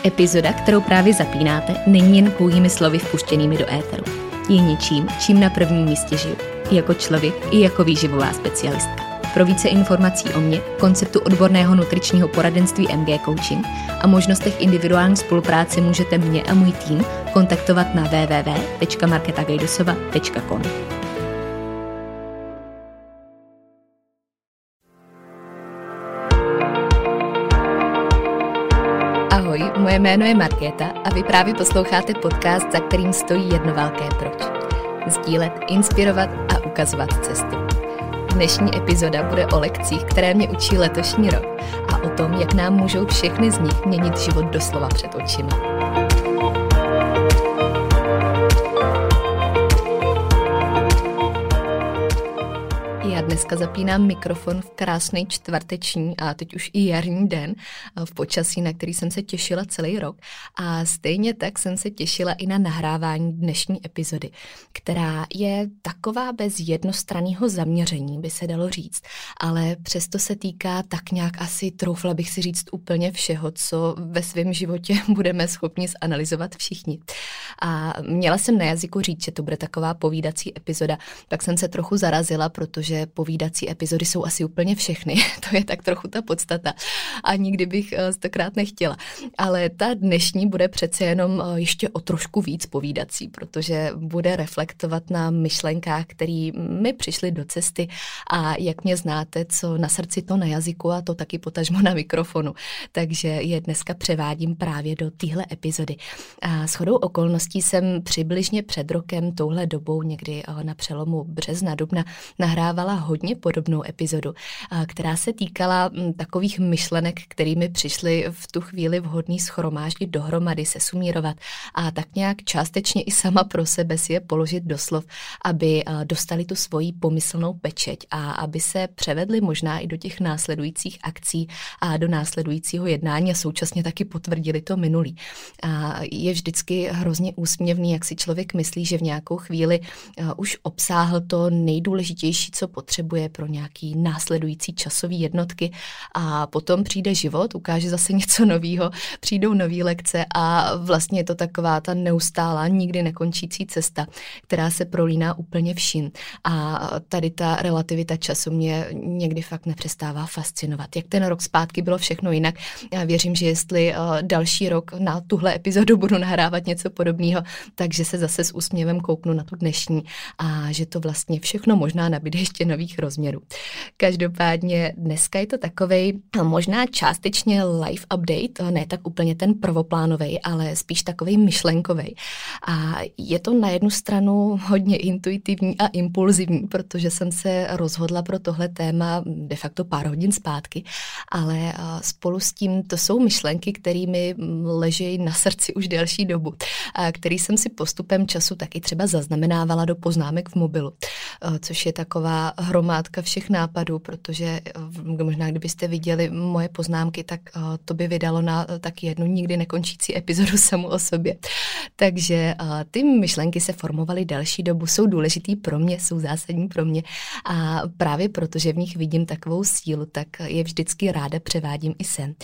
Epizoda, kterou právě zapínáte, není jen pouhými slovy vpuštěnými do éteru. Je něčím, čím na prvním místě žiju. I jako člověk, i jako výživová specialistka. Pro více informací o mně, konceptu odborného nutričního poradenství MG Coaching a možnostech individuální spolupráce můžete mě a můj tým kontaktovat na www.marketagajdosova.com. Ahoj, moje jméno je Markéta a vy právě posloucháte podcast, za kterým stojí jedno velké proč. Sdílet, inspirovat a ukazovat cestu. Dnešní epizoda bude o lekcích, které mě učí letošní rok a o tom, jak nám můžou všechny z nich měnit život doslova před očima. Já dneska zapínám mikrofon v krásný čtvrteční a teď už i jarní den v počasí, na který jsem se těšila celý rok. A stejně tak jsem se těšila i na nahrávání dnešní epizody, která je taková bez jednostranného zaměření, by se dalo říct, ale přesto se týká tak nějak asi, troufla bych si říct, úplně všeho, co ve svém životě budeme schopni zanalyzovat všichni. A měla jsem na jazyku říct, že to bude taková povídací epizoda, tak jsem se trochu zarazila, protože povídací epizody jsou asi úplně všechny. To je tak trochu ta podstata. A nikdy bych stokrát nechtěla. Ale ta dnešní bude přece jenom ještě o trošku víc povídací, protože bude reflektovat na myšlenkách, které mi přišly do cesty a jak mě znáte, co na srdci, to na jazyku a to taky potažmo na mikrofonu. Takže je dneska převádím právě do téhle epizody. A shodou okolností jsem přibližně před rokem touhle dobou, někdy na přelomu března, dubna, nahrávala hodně podobnou epizodu, která se týkala takových myšlenek, kterými přišly v tu chvíli vhodný shromáždit dohromady, se sumírovat a tak nějak částečně i sama pro sebe si je položit do slov, aby dostali tu svoji pomyslnou pečeť a aby se převedli možná i do těch následujících akcí a do následujícího jednání a současně taky potvrdili to minulý. A je vždycky hrozně úsměvný, jak si člověk myslí, že v nějakou chvíli už obsáhl to nejdůležitější, co potřebuje pro nějaký následující časový jednotky a potom přijde život, ukáže zase něco nového, přijdou nový lekce a vlastně je to taková ta neustálá, nikdy nekončící cesta, která se prolíná úplně vším. A tady ta relativita času mě někdy fakt nepřestává fascinovat. Jak ten rok zpátky bylo všechno jinak. Já věřím, že jestli další rok na tuhle epizodu budu nahrávat něco podobného, takže se zase s úsměvem kouknu na tu dnešní a že to vlastně všechno možná nabíde ještě nových rozměrů. Každopádně dneska je to takovej možná částečně live update, ne tak úplně ten prvoplánovej, ale spíš takovej myšlenkovej. A je to na jednu stranu hodně intuitivní a impulzivní, protože jsem se rozhodla pro tohle téma de facto pár hodin zpátky, ale spolu s tím to jsou myšlenky, které mi leží na srdci už delší dobu, a který jsem si postupem času taky třeba zaznamenávala do poznámek v mobilu, což je taková hromádka všech nápadů, protože možná kdybyste viděli moje poznámky, tak to by vydalo na taky jednu nikdy nekončící epizodu samu o sobě. Takže ty myšlenky se formovaly další dobu, jsou důležitý pro mě, jsou zásadní pro mě a právě protože v nich vidím takovou sílu, tak je vždycky ráda převádím i sem.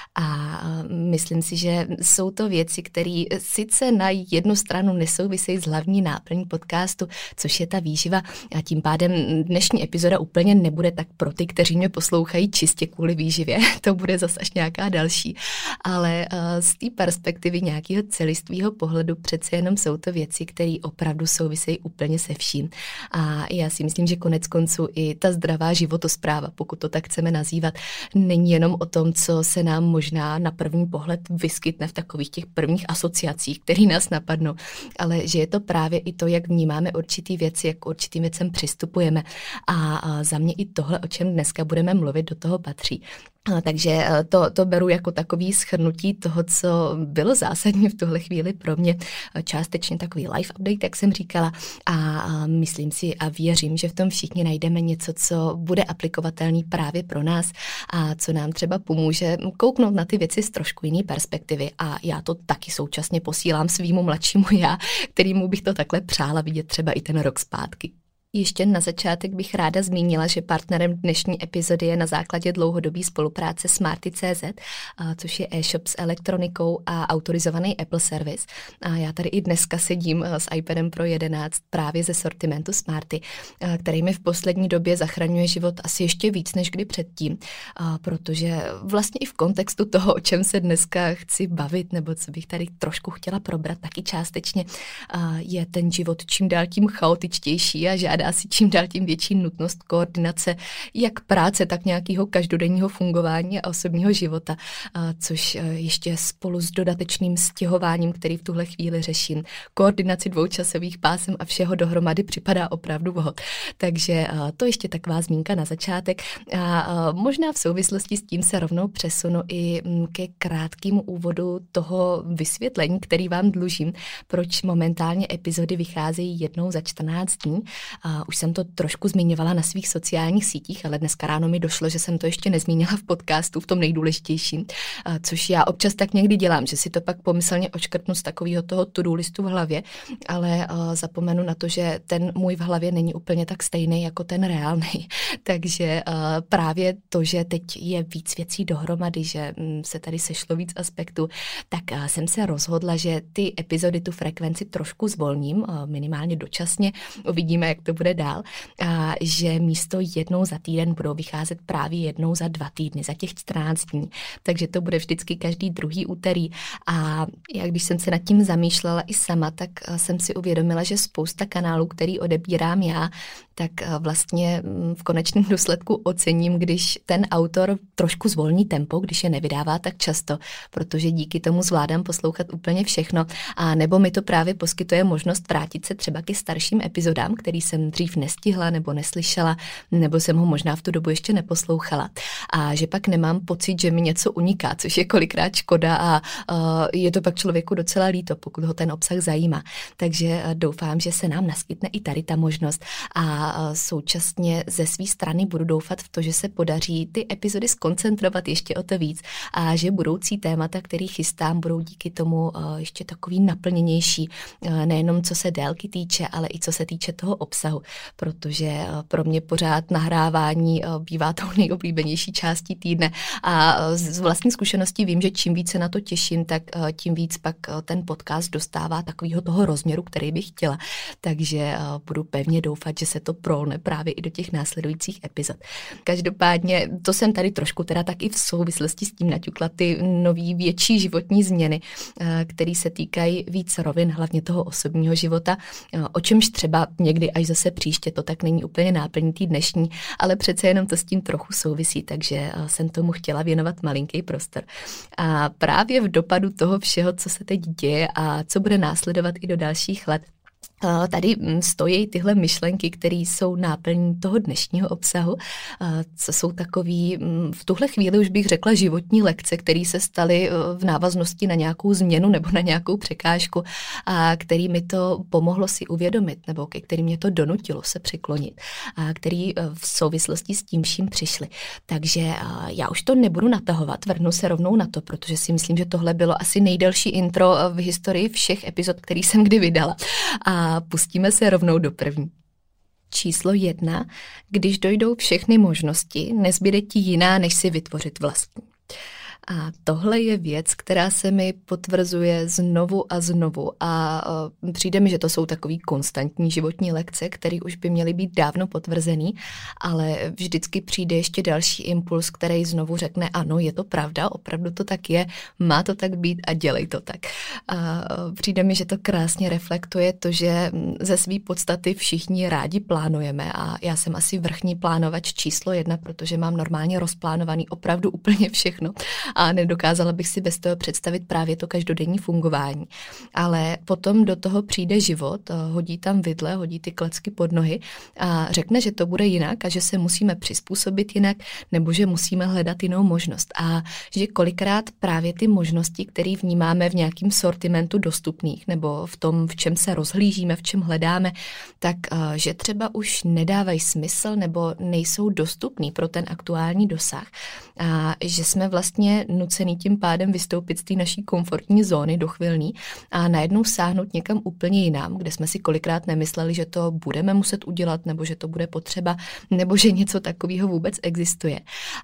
A myslím si, že jsou to věci, které sice na jednu stranu nesouvisejí s hlavní náplní podcastu, což je ta výživa a tím pádem dnešní epizoda úplně nebude tak pro ty, kteří mě poslouchají čistě kvůli výživě, to bude zase až nějaká další, ale z té perspektivy nějakého celistvého pohledu přece jenom jsou to věci, které opravdu souvisejí úplně se vším. A já si myslím, že konec konců i ta zdravá životospráva, pokud to tak chceme nazývat, není jenom o tom, co se nám možná na první pohled vyskytne v takových těch prvních asociacích, které nás napadnou, ale že je to právě i to, jak vnímáme určitý věci, jak určitým věcem přistupujeme. A za mě i tohle, o čem dneska budeme mluvit, do toho patří. Takže to beru jako takový shrnutí toho, co bylo zásadní v tuhle chvíli pro mě, částečně takový live update, jak jsem říkala, a myslím si a věřím, že v tom všichni najdeme něco, co bude aplikovatelný právě pro nás a co nám třeba pomůže kouknout na ty věci z trošku jiný perspektivy a já to taky současně posílám svýmu mladšímu já, kterýmu bych to takhle přála vidět třeba i ten rok zpátky. Ještě na začátek bych ráda zmínila, že partnerem dnešní epizody je na základě dlouhodobé spolupráce Smarty.cz, což je e-shop s elektronikou a autorizovaný Apple service. A já tady i dneska sedím s iPadem Pro 11 právě ze sortimentu Smarty, který mi v poslední době zachraňuje život asi ještě víc než kdy předtím, protože vlastně i v kontextu toho, o čem se dneska chci bavit, nebo co bych tady trošku chtěla probrat, taky částečně je ten život čím dál tím chaotičtější a žádá si čím dál tím větší nutnost koordinace jak práce, tak nějakého každodenního fungování a osobního života, což ještě spolu s dodatečným stěhováním, který v tuhle chvíli řeším, koordinaci 2 časových pásem a všeho dohromady připadá opravdu vhod. Takže to ještě taková zmínka na začátek a možná v souvislosti s tím se rovnou přesunu i ke krátkému úvodu toho vysvětlení, který vám dlužím, proč momentálně epizody vycházejí jednou za 14 dní. Už jsem to trošku zmiňovala na svých sociálních sítích, ale dneska ráno mi došlo, že jsem to ještě nezmínila v podcastu, v tom nejdůležitějším, což já občas tak někdy dělám, že si to pak pomyslně odškrtnu z takového toho to-do listu v hlavě, ale zapomenu na to, že ten můj v hlavě není úplně tak stejný jako ten reálný. Takže právě to, že teď je víc věcí dohromady, že se tady sešlo víc aspektů, tak jsem se rozhodla, že ty epizody, tu frekvenci trošku zvolním, minimálně dočasně, uvidíme, jak to bude dál, a že místo jednou za týden budou vycházet právě jednou za 2 týdny, za těch 14 dní. Takže to bude vždycky každý druhý úterý. A jak když jsem se nad tím zamýšlela i sama, tak jsem si uvědomila, že spousta kanálů, který odebírám já, tak vlastně v konečném důsledku ocením, když ten autor trošku zvolní tempo, když je nevydává tak často, protože díky tomu zvládám poslouchat úplně všechno, a nebo mi to právě poskytuje možnost vrátit se třeba ke starším epizodám, který jsem dřív nestihla nebo neslyšela, nebo jsem ho možná v tu dobu ještě neposlouchala. A že pak nemám pocit, že mi něco uniká, což je kolikrát škoda a je to pak člověku docela líto, pokud ho ten obsah zajímá. Takže doufám, že se nám naskytne i tady ta možnost a současně ze své strany budu doufat v to, že se podaří ty epizody zkoncentrovat ještě o to víc a že budoucí témata, který chystám, budou díky tomu ještě takový naplněnější, nejenom co se délky týče, ale i co se týče toho obsahu, protože pro mě pořád nahrávání bývá tou nejoblíbenější částí týdne a z vlastní zkušenosti vím, že čím více na to těším, tak tím víc pak ten podcast dostává takového toho rozměru, který bych chtěla. Takže budu pevně doufat, že se to prolne právě i do těch následujících epizod. Každopádně to jsem tady trošku teda tak i v souvislosti s tím naťukla ty nový větší životní změny, které se týkají víc rovin, hlavně toho osobního života, o čemž třeba někdy až zase příště, to tak není úplně náplní tý dnešní, ale přece jenom to s tím trochu souvisí, takže jsem tomu chtěla věnovat malinký prostor. A právě v dopadu toho všeho, co se teď děje a co bude následovat i do dalších let, tady stojí tyhle myšlenky, které jsou náplní toho dnešního obsahu, co jsou takový, v tuhle chvíli už bych řekla, životní lekce, které se staly v návaznosti na nějakou změnu nebo na nějakou překážku a který mi to pomohlo si uvědomit nebo ke kterým mě to donutilo se přiklonit a který v souvislosti s tím vším přišly. Takže já už to nebudu natahovat, vrhnu se rovnou na to, protože si myslím, že tohle bylo asi nejdelší intro v historii všech epizod, který jsem kdy vydala. A pustíme se rovnou do první. Číslo 1. Když dojdou všechny možnosti, nezbyde ti jiná, než si vytvořit vlastní. A tohle je věc, která se mi potvrzuje znovu a znovu a přijde mi, že to jsou takový konstantní životní lekce, které už by měly být dávno potvrzený, ale vždycky přijde ještě další impuls, který znovu řekne, ano, je to pravda, opravdu to tak je, má to tak být a dělej to tak. A přijde mi, že to krásně reflektuje to, že ze své podstaty všichni rádi plánujeme a já jsem asi vrchní plánovač číslo 1, protože mám normálně rozplánovaný opravdu úplně všechno. A nedokázala bych si bez toho představit právě to každodenní fungování. Ale potom do toho přijde život, hodí tam vidle, hodí ty klacky pod nohy a řekne, že to bude jinak a že se musíme přizpůsobit jinak nebo že musíme hledat jinou možnost. A že kolikrát právě ty možnosti, které vnímáme v nějakém sortimentu dostupných nebo v tom, v čem se rozhlížíme, v čem hledáme, tak že třeba už nedávají smysl nebo nejsou dostupný pro ten aktuální dosah. A že jsme vlastně jsme nucený tím pádem vystoupit z té naší komfortní zóny dochvilný a najednou sáhnout někam úplně jinam, kde jsme si kolikrát nemysleli, že to budeme muset udělat, nebo že to bude potřeba, nebo že něco takového vůbec existuje.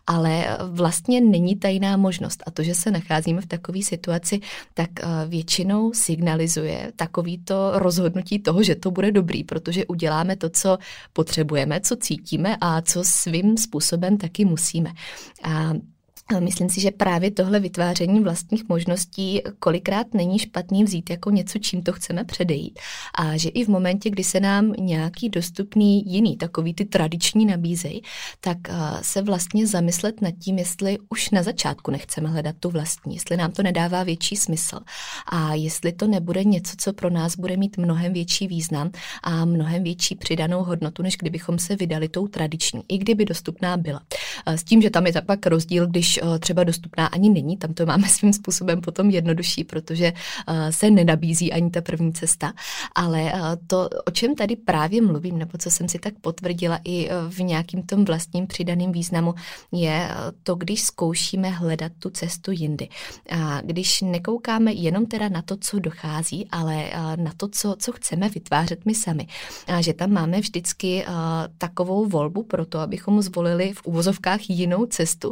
Ale vlastně není ta jiná možnost. A to, že se nacházíme v takové situaci, tak většinou signalizuje takovýto rozhodnutí toho, že to bude dobrý, protože uděláme to, co potřebujeme, co cítíme a co svým způsobem taky musíme. A myslím si, že právě tohle vytváření vlastních možností kolikrát není špatný vzít jako něco, čím to chceme předejít. A že i v momentě, kdy se nám nějaký dostupný jiný, takový ty tradiční nabízejí, tak se vlastně zamyslet nad tím, jestli už na začátku nechceme hledat tu vlastní, jestli nám to nedává větší smysl a jestli to nebude něco, co pro nás bude mít mnohem větší význam a mnohem větší přidanou hodnotu, než kdybychom se vydali tou tradiční, i kdyby dostupná byla. S tím, že tam je pak rozdíl, když třeba dostupná ani není, tam to máme svým způsobem potom jednodušší, protože se nenabízí ani ta první cesta, ale to, o čem tady právě mluvím, nebo co jsem si tak potvrdila i v nějakým tom vlastním přidaným významu, je to, když zkoušíme hledat tu cestu jindy. A když nekoukáme jenom teda na to, co dochází, ale na to, co chceme vytvářet my sami. A že tam máme vždycky takovou volbu pro to, abychom zvolili v uvozovkách jinou cestu,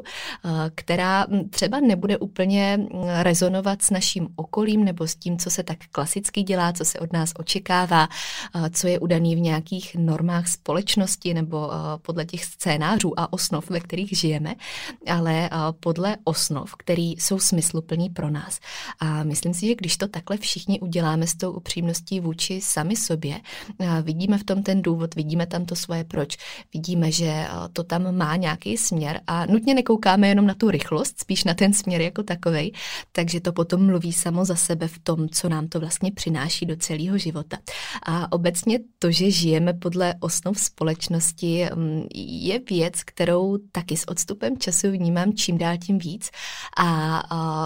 která třeba nebude úplně rezonovat s naším okolím nebo s tím, co se tak klasicky dělá, co se od nás očekává, co je udaný v nějakých normách společnosti nebo podle těch scénářů a osnov, ve kterých žijeme, ale podle osnov, které jsou smysluplný pro nás. A myslím si, že když to takhle všichni uděláme s tou upřímností vůči sami sobě, vidíme v tom ten důvod, vidíme tam to svoje proč, vidíme, že to tam má nějaký směr a nutně nekoukáme jenom na tu rychlost, spíš na ten směr jako takovej, takže to potom mluví samo za sebe v tom, co nám to vlastně přináší do celého života. A obecně to, že žijeme podle osnov společnosti, je věc, kterou taky s odstupem času vnímám čím dál tím víc a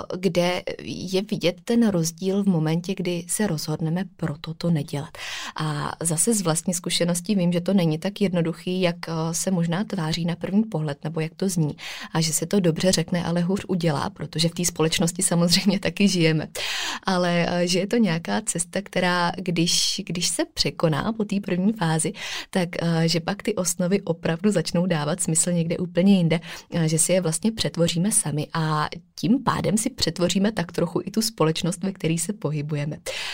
kde je vidět ten rozdíl v momentě, kdy se rozhodneme pro to nedělat. A zase z vlastní zkušeností vím, že to není tak jednoduchý, jak se možná tváří na první pohled, nebo jak to zní. A že se to dobře řekne, ale hůř udělá, protože v té společnosti samozřejmě taky žijeme. Ale že je to nějaká cesta, která, když se překoná po té první fázi, tak že pak ty osnovy opravdu začnou dávat smysl někde úplně jinde, že si je vlastně přetvoříme sami a tím pádem si přetvoříme tak trochu i tu společnost, ve které se pohybujeme.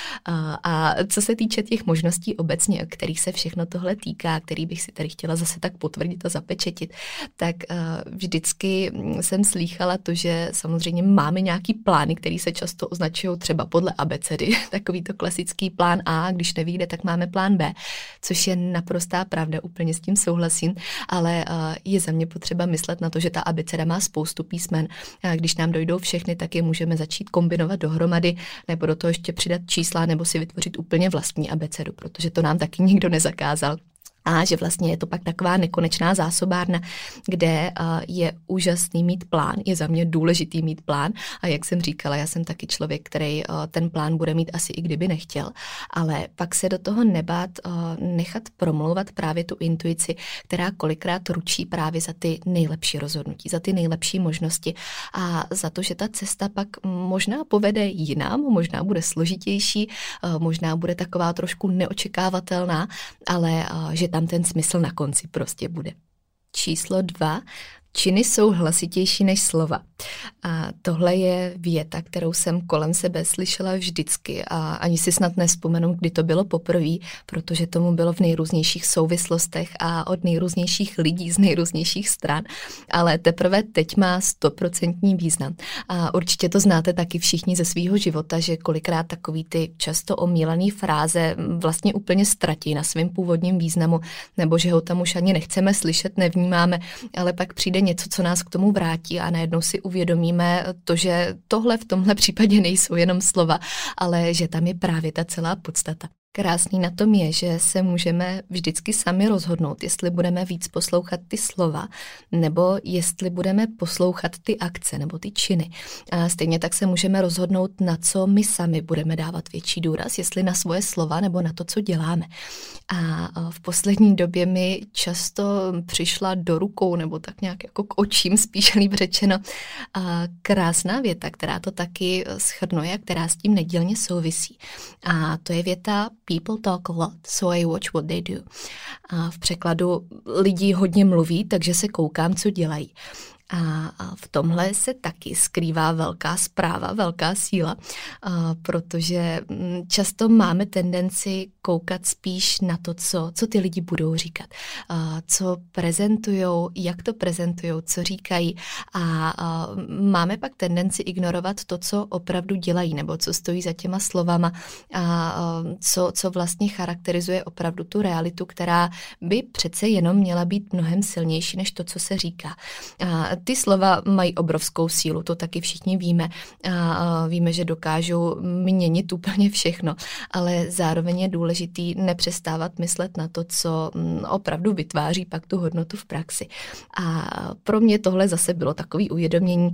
A co se týče těch možností obecně, o kterých se všechno tohle týká, který bych si tady chtěla zase tak potvrdit a zapečetit, tak vždycky jsem slýchala to, že samozřejmě máme nějaký plány, který se často označují třeba podle abecedy, takový to klasický plán A, když nevyjde, tak máme plán B, což je naprostá pravda, úplně s tím souhlasím, ale je za mě potřeba myslet na to, že ta abeceda má spoustu písmen. A když nám dojdou všechny, tak je můžeme začít kombinovat dohromady, nebo do toho ještě přidat čísla, nebo si vytvořit úplně vlastní abecedu, protože to nám taky nikdo nezakázal. A že vlastně je to pak taková nekonečná zásobárna, kde je úžasný mít plán, je za mě důležitý mít plán a jak jsem říkala, já jsem taky člověk, který ten plán bude mít asi i kdyby nechtěl, ale pak se do toho nebát nechat promlouvat právě tu intuici, která kolikrát ručí právě za ty nejlepší rozhodnutí, za ty nejlepší možnosti a za to, že ta cesta pak možná povede jinam, možná bude složitější, možná bude taková trošku neočekávatelná, ale že tam ten smysl na konci prostě bude. Číslo 2. Činy jsou hlasitější než slova. A tohle je věta, kterou jsem kolem sebe slyšela vždycky a ani si snad nevzpomenu, kdy to bylo poprvé, protože tomu bylo v nejrůznějších souvislostech a od nejrůznějších lidí z nejrůznějších stran, ale teprve teď má 100% význam. A určitě to znáte taky všichni ze svýho života, že kolikrát takový ty často omílaný fráze vlastně úplně ztratí na svém původním významu, nebo že ho tam už ani nechceme slyšet, nevnímáme, ale pak přijde něco, co nás k tomu vrátí a najednou si uvědomíme to, že tohle v tomhle případě nejsou jenom slova, ale že tam je právě ta celá podstata. Krásný na tom je, že se můžeme vždycky sami rozhodnout, jestli budeme víc poslouchat ty slova, nebo jestli budeme poslouchat ty akce nebo ty činy. A stejně tak se můžeme rozhodnout, na co my sami budeme dávat větší důraz, jestli na svoje slova nebo na to, co děláme. A v poslední době mi často přišla do rukou, nebo tak nějak jako k očím, spíš líp řečeno, krásná věta, která to taky shrnuje a která s tím nedílně souvisí. A to je věta "People talk a lot, so I watch what they do." A v překladu lidi hodně mluví, takže se koukám, co dělají. A v tomhle se taky skrývá velká správa, velká síla, protože často máme tendenci koukat spíš na to, co ty lidi budou říkat, co prezentujou, jak to prezentujou, co říkají a máme pak tendenci ignorovat to, co opravdu dělají nebo co stojí za těma slovama a co vlastně charakterizuje opravdu tu realitu, která by přece jenom měla být mnohem silnější než to, co se říká. Ty slova mají obrovskou sílu, to taky všichni víme. A víme, že dokážou měnit úplně všechno, ale zároveň je důležitý nepřestávat myslet na to, co opravdu vytváří pak tu hodnotu v praxi. A pro mě tohle zase bylo takový uvědomění,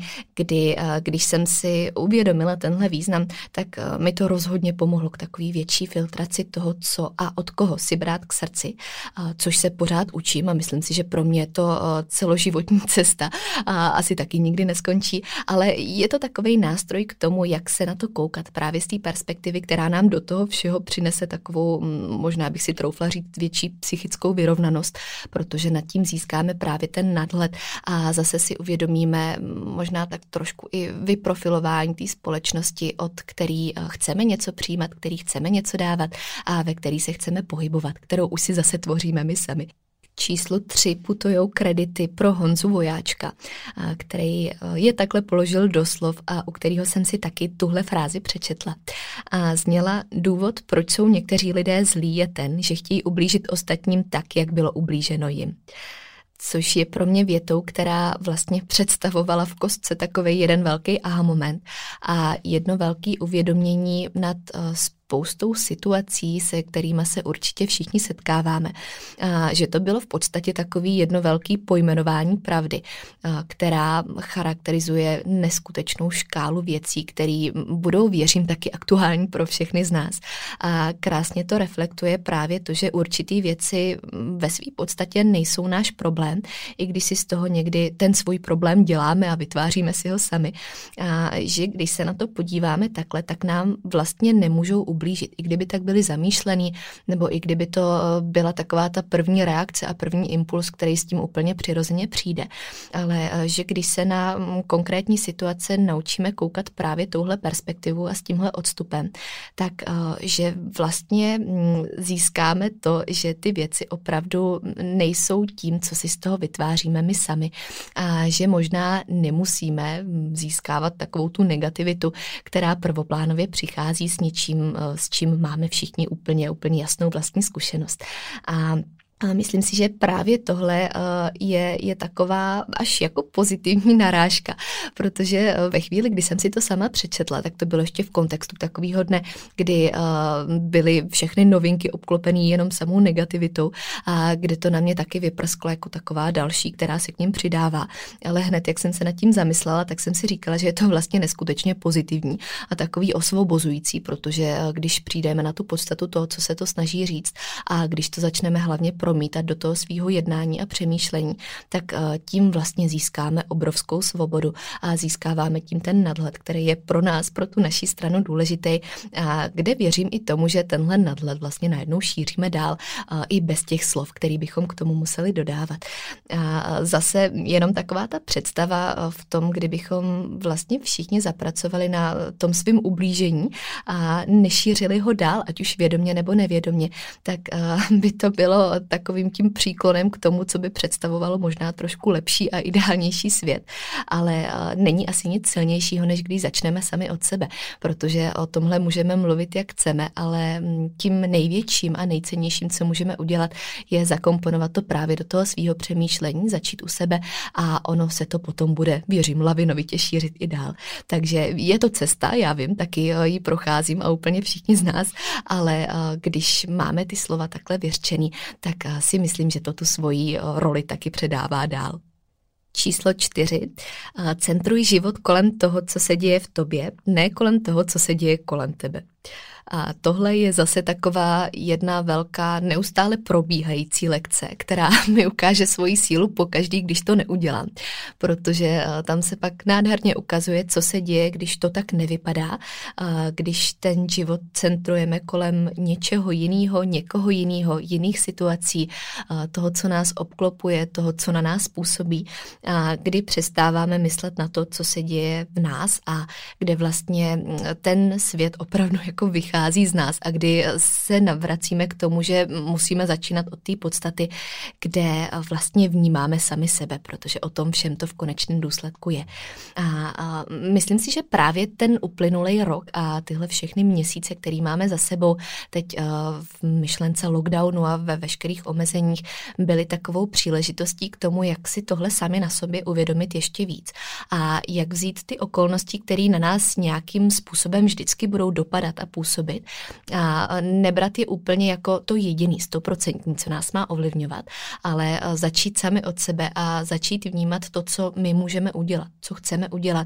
když jsem si uvědomila tenhle význam, tak mi to rozhodně pomohlo k takový větší filtraci toho, co a od koho si brát k srdci, což se pořád učím a myslím si, že pro mě je to celoživotní cesta a asi taky nikdy neskončí, ale je to takovej nástroj k tomu, jak se na to koukat právě z té perspektivy, která nám do toho všeho přinese takovou, možná bych si troufla říct, větší psychickou vyrovnanost, protože nad tím získáme právě ten nadhled a zase si uvědomíme možná tak trošku i vyprofilování té společnosti, od který chceme něco přijímat, který chceme něco dávat a ve který se chceme pohybovat, kterou už si zase tvoříme my sami. Číslu 3 putujou kredity pro Honzu Vojáčka, který je takhle položil do slov a u kterého jsem si taky tuhle frázi přečetla. A zněla: důvod, proč jsou někteří lidé zlí, je ten, že chtějí ublížit ostatním tak, jak bylo ublíženo jim. Což je pro mě větou, která vlastně představovala v kostce takovej jeden velký aha moment a jedno velké uvědomění nad spoustou situací, se kterými se určitě všichni setkáváme. A že to bylo v podstatě takový jedno velký pojmenování pravdy, která charakterizuje neskutečnou škálu věcí, které budou, věřím, taky aktuální pro všechny z nás. A krásně to reflektuje právě to, že určitý věci ve své podstatě nejsou náš problém, i když si z toho někdy ten svůj problém děláme a vytváříme si ho sami. A že když se na to podíváme takhle, tak nám vlastně nemůžou ublížit, i kdyby tak byli zamýšlený, nebo i kdyby to byla taková ta první reakce a první impuls, který s tím úplně přirozeně přijde. Ale že když se na konkrétní situace naučíme koukat právě touhle perspektivou a s tímhle odstupem, tak že vlastně získáme to, že ty věci opravdu nejsou tím, co si z toho vytváříme my sami a že možná nemusíme získávat takovou tu negativitu, která prvoplánově přichází s něčím, s čím máme všichni úplně jasnou vlastní zkušenost. A myslím si, že právě tohle je taková až jako pozitivní narážka, protože ve chvíli, kdy jsem si to sama přečetla, tak to bylo ještě v kontextu takového dne, kdy byly všechny novinky obklopený jenom samou negativitou a kde to na mě taky vyprsklo jako taková další, která se k ním přidává. Ale hned, jak jsem se nad tím zamyslela, tak jsem si říkala, že je to vlastně neskutečně pozitivní a takový osvobozující, protože když přijdeme na tu podstatu toho, co se to snaží říct a když to začneme hlavně promítat do toho svého jednání a přemýšlení, tak tím vlastně získáme obrovskou svobodu a získáváme tím ten nadhled, který je pro nás, pro tu naši stranu důležitý, a kde věřím i tomu, že tenhle nadhled vlastně najednou šíříme dál i bez těch slov, který bychom k tomu museli dodávat. A zase jenom taková ta představa v tom, kdybychom vlastně všichni zapracovali na tom svým ublížení a nešířili ho dál, ať už vědomě nebo nevědomě, tak by to bylo tak takovým tím příklonem k tomu, co by představovalo možná trošku lepší a ideálnější svět, ale není asi nic silnějšího, než když začneme sami od sebe, protože o tomhle můžeme mluvit, jak chceme, ale tím největším a nejcennějším, co můžeme udělat, je zakomponovat to právě do toho svýho přemýšlení, začít u sebe a ono se to potom bude, věřím, lavinovitě šířit i dál. Takže je to cesta, já vím, taky ji procházím a úplně všichni z nás, ale když máme ty slova takhle vyřčený, tak si myslím, že to tu svoji roli taky předává dál. Číslo 4. Centruj život kolem toho, co se děje v tobě, ne kolem toho, co se děje kolem tebe. A tohle je zase taková jedna velká, neustále probíhající lekce, která mi ukáže svoji sílu pokaždý, když to neudělám. Protože tam se pak nádherně ukazuje, co se děje, když to tak nevypadá, když ten život centrujeme kolem něčeho jiného, někoho jiného, jiných situací, toho, co nás obklopuje, toho, co na nás působí, a kdy přestáváme myslet na to, co se děje v nás a kde vlastně ten svět opravdu jako vychází z nás a kdy se navracíme k tomu, že musíme začínat od té podstaty, kde vlastně vnímáme sami sebe, protože o tom všem to v konečném důsledku je. A myslím si, že právě ten uplynulý rok a tyhle všechny měsíce, který máme za sebou teď v myšlence lockdownu a ve veškerých omezeních, byly takovou příležitostí k tomu, jak si tohle sami na sobě uvědomit ještě víc a jak vzít ty okolnosti, které na nás nějakým způsobem vždycky budou dopadat a působit a nebrat je úplně jako to jediný, 100%, co nás má ovlivňovat, ale začít sami od sebe a začít vnímat to, co my můžeme udělat, co chceme udělat,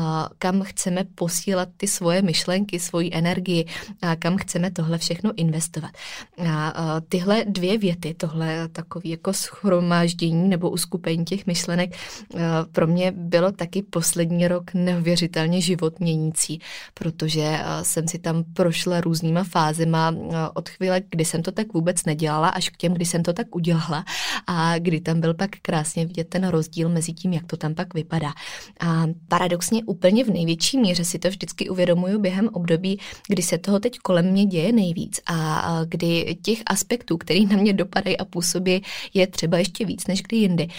kam chceme posílat ty svoje myšlenky, svoji energii a kam chceme tohle všechno investovat. A tyhle dvě věty, tohle takový jako shromáždění nebo uskupení těch myšlenek pro mě bylo taky poslední rok neuvěřitelně život měnící, protože jsem si tam prošla různýma fázema od chvíle, kdy jsem to tak vůbec nedělala, až k těm, kdy jsem to tak udělala a kdy tam byl pak krásně vidět ten rozdíl mezi tím, jak to tam pak vypadá. A paradoxně úplně v největší míře si to vždycky uvědomuju během období, kdy se toho teď kolem mě děje nejvíc a kdy těch aspektů, který na mě dopadají a působí, je třeba ještě víc než kdy jindy.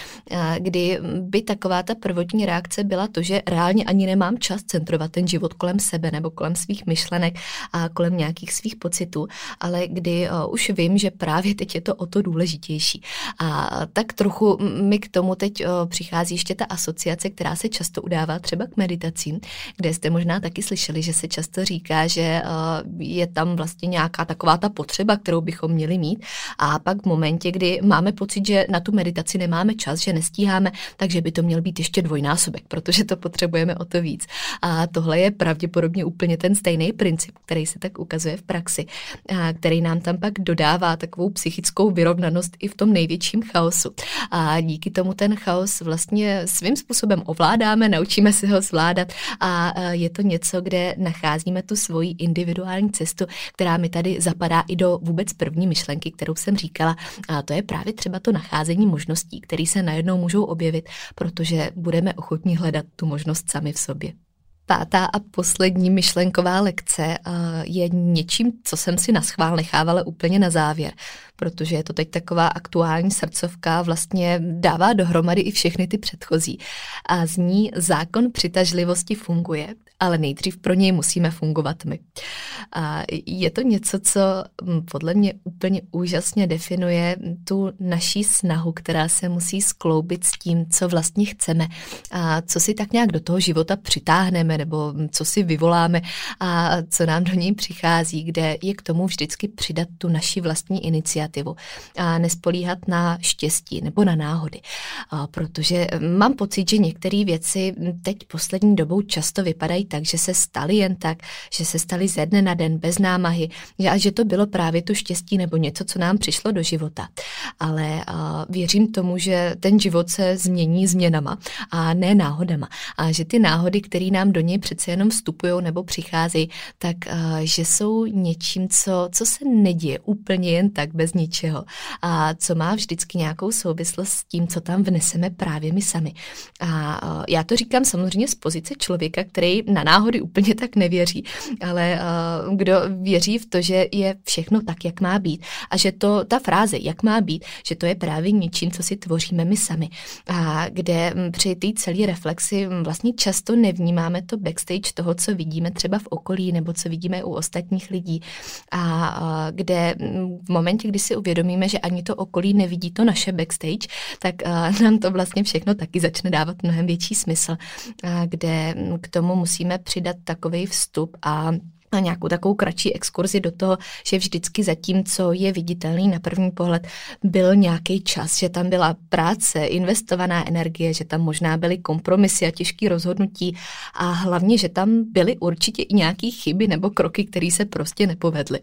Kdy by taková ta prvotní reakce byla to, že reálně ani nemám čas centrovat ten život kolem sebe nebo kolem svých myšlenek a kolem nějakých svých pocitů, ale kdy už vím, že právě teď je to o to důležitější. A tak trochu mi k tomu teď přichází ještě ta asociace, která se často udává třeba k meditacím, kde jste možná taky slyšeli, že se často říká, že je tam vlastně nějaká taková ta potřeba, kterou bychom měli mít a pak v momentě, kdy máme pocit, že na tu meditaci nemáme čas, že nestíháme, takže by to měl být ještě dvojnásobek, protože to potřebujeme o to víc. A tohle je pravděpodobně úplně ten stejný princip, který se tak ukazuje v praxi, a který nám tam pak dodává takovou psychickou vyrovnanost i v tom největším chaosu. A díky tomu ten chaos vlastně svým způsobem ovládáme, naučíme se ho zvládat a je to něco, kde nacházíme tu svoji individuální cestu, která mi tady zapadá i do vůbec první myšlenky, kterou jsem říkala. A to je právě třeba to nacházení možností, které se najednou můžou objevit, protože budeme ochotní hledat tu možnost sami v sobě. 5. a poslední myšlenková lekce je něčím, co jsem si naschvál nechávala úplně na závěr, protože je to teď taková aktuální srdcovka, vlastně dává dohromady i všechny ty předchozí. A zní: zákon přitažlivosti funguje, ale nejdřív pro něj musíme fungovat my. A je to něco, co podle mě úplně úžasně definuje tu naší snahu, která se musí skloubit s tím, co vlastně chceme a co si tak nějak do toho života přitáhneme nebo co si vyvoláme a co nám do něj přichází, kde je k tomu vždycky přidat tu naši vlastní iniciativu a nespolíhat na štěstí nebo na náhody. Protože mám pocit, že některé věci teď poslední dobou často vypadají tak, že se staly jen tak, že se staly ze dne na den bez námahy, že to bylo právě to štěstí nebo něco, co nám přišlo do života. Ale věřím tomu, že ten život se změní změnama a ne náhodama. A že ty náhody, které nám do něj přece jenom vstupují nebo přicházejí, tak že jsou něčím, co se neděje úplně jen tak bez ničeho a co má vždycky nějakou souvislost s tím, co tam vneseme právě my sami. A já to říkám samozřejmě z pozice člověka, který na náhody úplně tak nevěří, ale kdo věří v to, že je všechno tak, jak má být a že ta fráze, jak má být, že to je právě něčím, co si tvoříme my sami a kde při té celé reflexi vlastně často nevnímáme to backstage toho, co vidíme třeba v okolí nebo co vidíme u ostatních lidí a kde v momentě, kdy si uvědomíme, že ani to okolí nevidí to naše backstage, tak nám to vlastně všechno taky začne dávat mnohem větší smysl, kde k tomu musíme přidat takovej vstup a nějakou takovou kratší exkurzi do toho, že vždycky za tím, co je viditelný na první pohled, byl nějaký čas, že tam byla práce, investovaná energie, že tam možná byly kompromisy a těžké rozhodnutí a hlavně, že tam byly určitě i nějaké chyby nebo kroky, které se prostě nepovedly.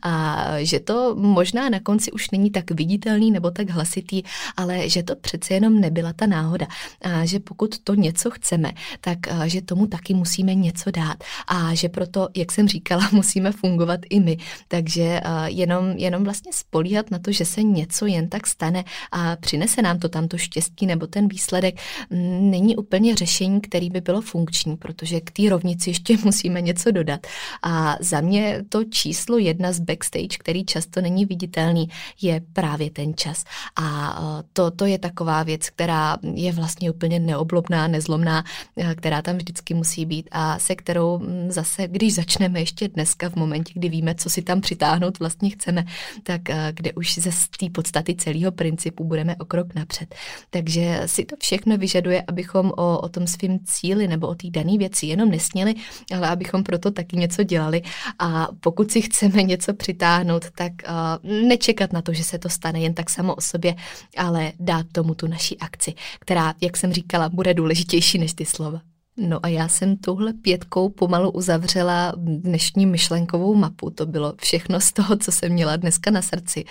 A že to možná na konci už není tak viditelný nebo tak hlasitý, ale že to přece jenom nebyla ta náhoda. A že pokud to něco chceme, tak že tomu taky musíme něco dát. A že proto, jak jsem říkala, musíme fungovat i my. Takže jenom vlastně spolíhat na to, že se něco jen tak stane a přinese nám to tamto štěstí nebo ten výsledek, není úplně řešení, který by bylo funkční, protože k té rovnici ještě musíme něco dodat. A za mě to číslo 1 z backstage, který často není viditelný, je právě ten čas. A to je taková věc, která je vlastně úplně neoblobná, nezlomná, která tam vždycky musí být a se kterou zase, když začneme ještě dneska v momentě, kdy víme, co si tam přitáhnout vlastně chceme, tak kde už ze té podstaty celého principu budeme o krok napřed. Takže si to všechno vyžaduje, abychom o tom svým cíli nebo o té dané věci jenom nesněli, ale abychom proto taky něco dělali a pokud si chceme něco přitáhnout, tak nečekat na to, že se to stane jen tak samo o sobě, ale dát tomu tu naši akci, která, jak jsem říkala, bude důležitější než ty slova. No a já jsem touhle 5 pomalu uzavřela dnešní myšlenkovou mapu. To bylo všechno z toho, co jsem měla dneska na srdci.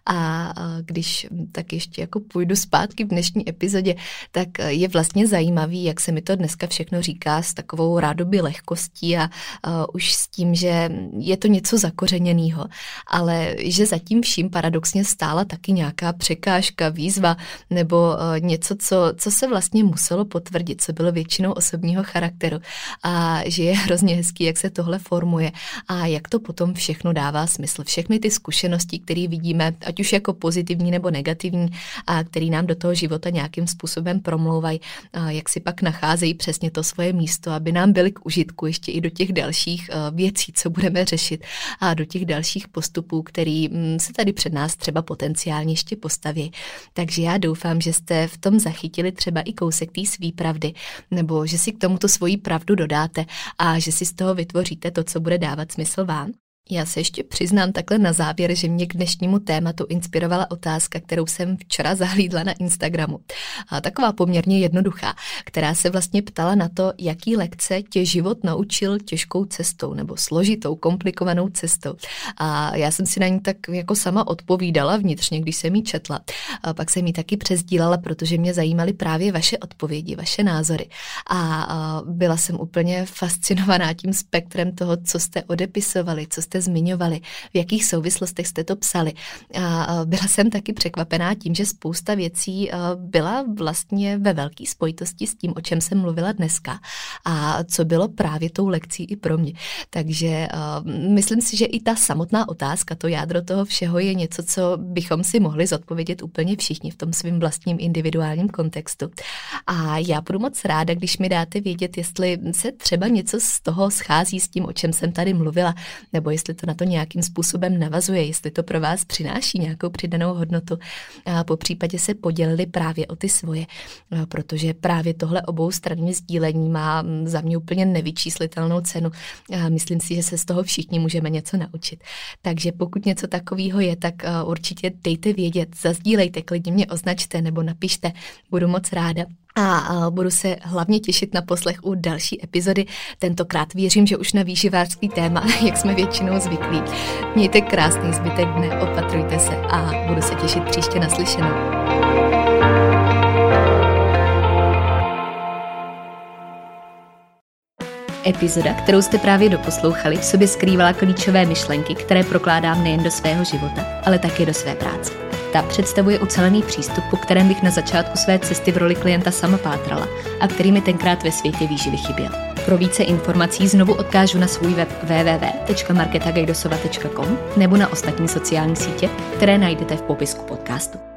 A když tak ještě jako půjdu zpátky v dnešní epizodě, tak je vlastně zajímavý, jak se mi to dneska všechno říká s takovou rádoby lehkostí a už s tím, že je to něco zakořeněného, ale že zatím vším paradoxně stála taky nějaká překážka, výzva nebo něco, co se vlastně muselo potvrdit, co bylo většinou osobního charakteru a že je hrozně hezký, jak se tohle formuje a jak to potom všechno dává smysl. Všechny ty zkušenosti, které vidíme, ať už jako pozitivní nebo negativní a který nám do toho života nějakým způsobem promlouvají, jak si pak nacházejí přesně to svoje místo, aby nám byly k užitku ještě i do těch dalších věcí, co budeme řešit a do těch dalších postupů, který se tady před nás třeba potenciálně ještě postaví. Takže já doufám, že jste v tom zachytili třeba i kousek té svý pravdy, nebo že si k tomu tu svoji pravdu dodáte a že si z toho vytvoříte to, co bude dávat smysl vám. Já se ještě přiznám takhle na závěr, že mě k dnešnímu tématu inspirovala otázka, kterou jsem včera zahlídla na Instagramu. A taková poměrně jednoduchá, která se vlastně ptala na to, jaký lekce tě život naučil těžkou cestou nebo složitou, komplikovanou cestou. A já jsem si na ní tak jako sama odpovídala vnitřně, když jsem ji četla. A pak jsem ji taky přesdílala, protože mě zajímaly právě vaše odpovědi, vaše názory. A byla jsem úplně fascinovaná tím spektrem toho, co jste odepisovali, co jste zmiňovali, v jakých souvislostech jste to psali. A byla jsem taky překvapená tím, že spousta věcí byla vlastně ve velké spojitosti s tím, o čem jsem mluvila dneska a co bylo právě tou lekcí i pro mě. Takže myslím si, že i ta samotná otázka, to jádro toho všeho je něco, co bychom si mohli zodpovědět úplně všichni v tom svým vlastním individuálním kontextu. A já budu moc ráda, když mi dáte vědět, jestli se třeba něco z toho schází s tím, o čem jsem tady mluvila, nebo jestli to na to nějakým způsobem navazuje, jestli to pro vás přináší nějakou přidanou hodnotu. A po případě se podělili právě o ty svoje, protože právě tohle oboustranné sdílení má za mě úplně nevyčíslitelnou cenu. A myslím si, že se z toho všichni můžeme něco naučit. Takže pokud něco takového je, tak určitě dejte vědět, zazdílejte, klidně mě označte nebo napište, budu moc ráda. A budu se hlavně těšit na poslech u další epizody. Tentokrát věřím, že už na výživářský téma, jak jsme většinou zvyklí. Mějte krásný zbytek dne, opatrujte se a budu se těšit příště naslyšenou. Epizoda, kterou jste právě doposlouchali, v sobě skrývala klíčové myšlenky, které prokládám nejen do svého života, ale také do své práce. Ta představuje ucelený přístup, po kterém bych na začátku své cesty v roli klienta sama pátrala a který mi tenkrát ve světě výživy chyběl. Pro více informací znovu odkážu na svůj web www.marketagajdosova.com nebo na ostatní sociální sítě, které najdete v popisku podcastu.